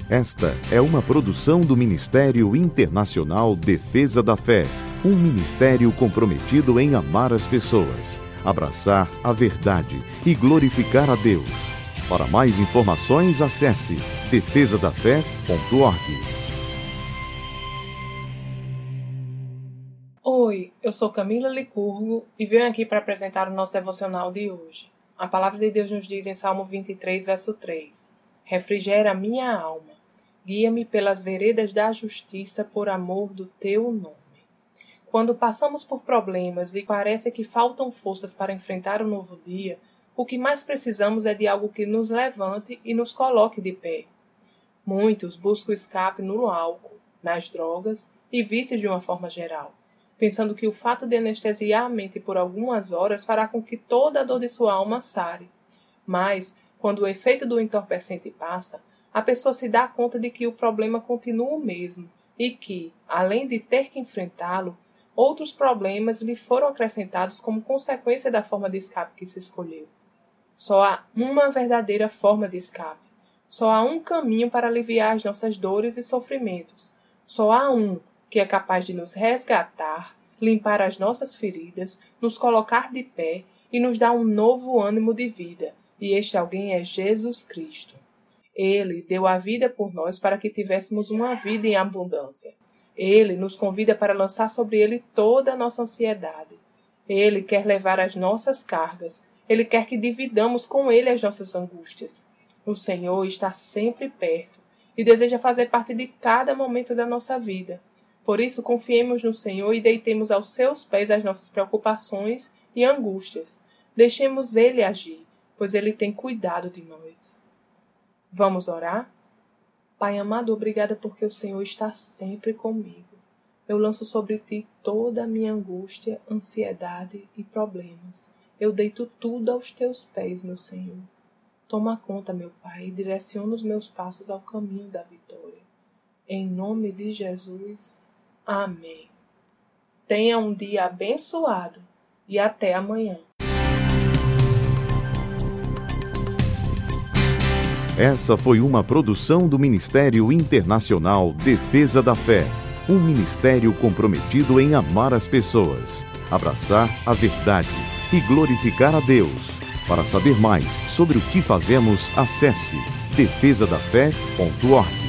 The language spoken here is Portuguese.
Esta é uma produção do Ministério Internacional Defesa da Fé, um ministério comprometido em amar as pessoas, abraçar a verdade e glorificar a Deus. Para mais informações, acesse defesadafé.org. Oi, eu sou Camila Licurgo e venho aqui para apresentar o nosso devocional de hoje. A palavra de Deus nos diz em Salmo 23, verso 3: Refrigera a minha alma, guia-me pelas veredas da justiça por amor do teu nome. Quando passamos por problemas e parece que faltam forças para enfrentar o novo dia, o que mais precisamos é de algo que nos levante e nos coloque de pé. Muitos buscam escape no álcool, nas drogas e vícios de uma forma geral, pensando que o fato de anestesiar a mente por algumas horas fará com que toda a dor de sua alma sare. Mas, quando o efeito do entorpecente passa, a pessoa se dá conta de que o problema continua o mesmo e que, além de ter que enfrentá-lo, outros problemas lhe foram acrescentados como consequência da forma de escape que se escolheu. Só há uma verdadeira forma de escape. Só há um caminho para aliviar as nossas dores e sofrimentos. Só há um que é capaz de nos resgatar, limpar as nossas feridas, nos colocar de pé e nos dar um novo ânimo de vida. E este alguém é Jesus Cristo. Ele deu a vida por nós para que tivéssemos uma vida em abundância. Ele nos convida para lançar sobre ele toda a nossa ansiedade. Ele quer levar as nossas cargas. Ele quer que dividamos com ele as nossas angústias. O Senhor está sempre perto e deseja fazer parte de cada momento da nossa vida. Por isso, confiemos no Senhor e deitemos aos seus pés as nossas preocupações e angústias. Deixemos ele agir, pois ele tem cuidado de nós. Vamos orar? Pai amado, obrigada porque o Senhor está sempre comigo. Eu lanço sobre ti toda a minha angústia, ansiedade e problemas. Eu deito tudo aos teus pés, meu Senhor. Toma conta, meu Pai, e direciona os meus passos ao caminho da vitória. Em nome de Jesus, amém. Tenha um dia abençoado e até amanhã. Essa foi uma produção do Ministério Internacional Defesa da Fé, um ministério comprometido em amar as pessoas, abraçar a verdade e glorificar a Deus. Para saber mais sobre o que fazemos, acesse defesadafé.org.